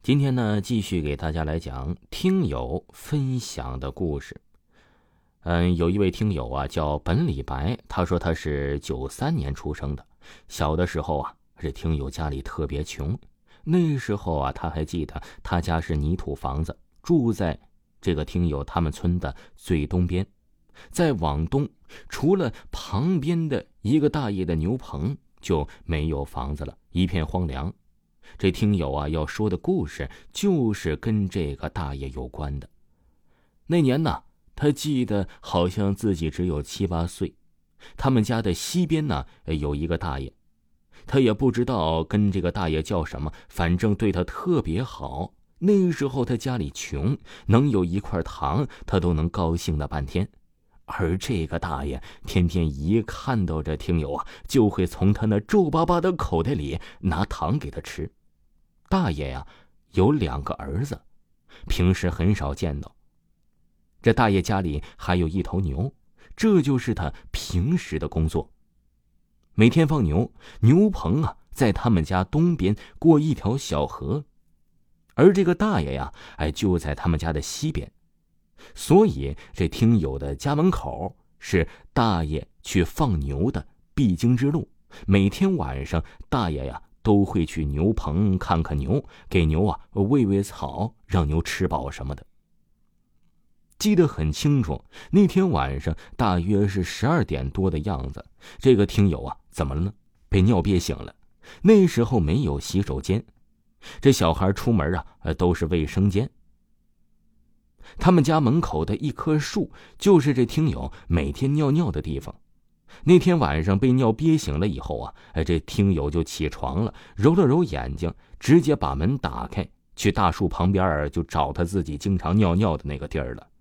今天呢，继续给大家来讲听友分享的故事。有一位听友啊，叫本李白，他说他是93年出生的。小的时候啊，这听友家里特别穷，那时候啊，他还记得他家是泥土房子，住在这个听友他们村的最东边。再往东，除了旁边的一个大爷的牛棚，就没有房子了，一片荒凉。这听友啊要说的故事就是跟这个大爷有关的。那年呢，他记得好像自己只有7、8岁。他们家的西边呢有一个大爷，他也不知道跟这个大爷叫什么，反正对他特别好。那时候他家里穷，能有一块糖他都能高兴的半天。而这个大爷天天一看到这听友啊，就会从他那皱巴巴的口袋里拿糖给他吃。大爷呀，有2个儿子，平时很少见到。这大爷家里还有1头牛，这就是他平时的工作。每天放牛，牛棚啊在他们家东边过一条小河，而这个大爷呀，就在他们家的西边。所以这听友的家门口是大爷去放牛的必经之路。每天晚上，大爷呀都会去牛棚看看牛，给牛啊喂喂草，让牛吃饱什么的。记得很清楚，那天晚上大约是12点多的样子，这个听友啊怎么了呢？被尿憋醒了。那时候没有洗手间，这小孩出门啊都是卫生间。他们家门口的一棵树就是这听友每天尿尿的地方。那天晚上被尿憋醒了以后啊，这听友就起床了，揉了揉眼睛，直接把门打开，去大树旁边就找他自己经常尿尿的那个地儿了。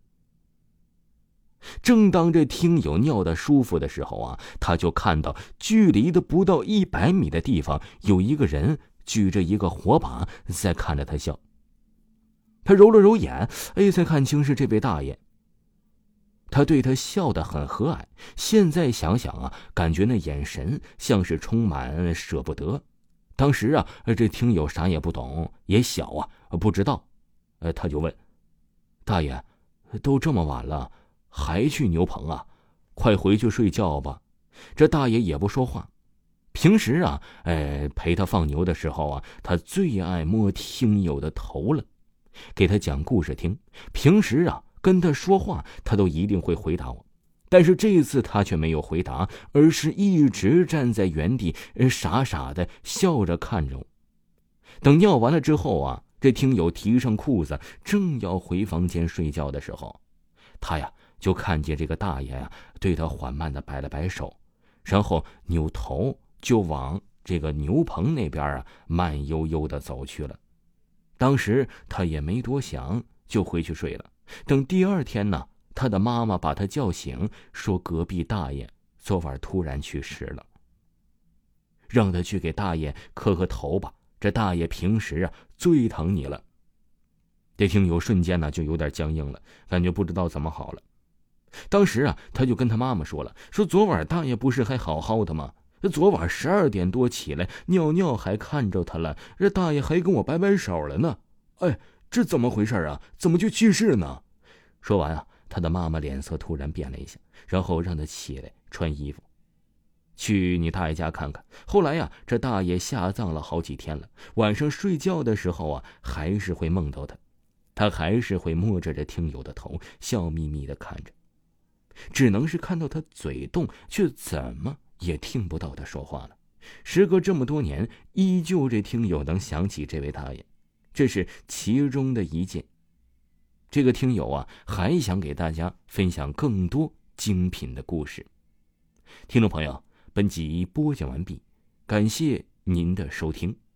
正当这听友尿得舒服的时候啊，他就看到距离的不到100米的地方有一个人举着一个火把在看着他笑。他揉了揉眼，才看清是这位大爷。他对他笑得很和蔼，现在想想啊，感觉那眼神像是充满舍不得。当时啊，这听友啥也不懂，也小啊，不知道。他就问大爷，都这么晚了，还去牛棚啊？快回去睡觉吧。这大爷也不说话。平时啊，陪他放牛的时候啊，他最爱摸听友的头了，给他讲故事听。平时啊，跟他说话，他都一定会回答我。但是这次他却没有回答，而是一直站在原地，傻傻的笑着看着我。等尿完了之后啊，这听友提上裤子，正要回房间睡觉的时候，他呀就看见这个大爷呀对他缓慢的摆了摆手，然后扭头就往这个牛棚那边啊慢悠悠的走去了。当时他也没多想，就回去睡了。等第2天呢，他的妈妈把他叫醒，说隔壁大爷昨晚突然去世了，让他去给大爷磕个头吧，这大爷平时啊最疼你了。这听友瞬间呢就有点僵硬了，感觉不知道怎么好了。当时啊，他就跟他妈妈说了，说昨晚大爷不是还好好的吗？昨晚12点多起来尿尿，还看着他了，这大爷还跟我摆摆手了呢。这怎么回事啊？怎么就去世呢？说完啊，他的妈妈脸色突然变了一下，然后让他起来穿衣服，去你大爷家看看。后来呀，这大爷下葬了好几天了，晚上睡觉的时候啊，还是会梦到他，他还是会摸着这听友的头，笑眯眯的看着，只能是看到他嘴动，却怎么也听不到他说话了。时隔这么多年，依旧这听友能想起这位大爷，这是其中的一件。这个听友啊，还想给大家分享更多精品的故事。听众朋友，本集播讲完毕，感谢您的收听。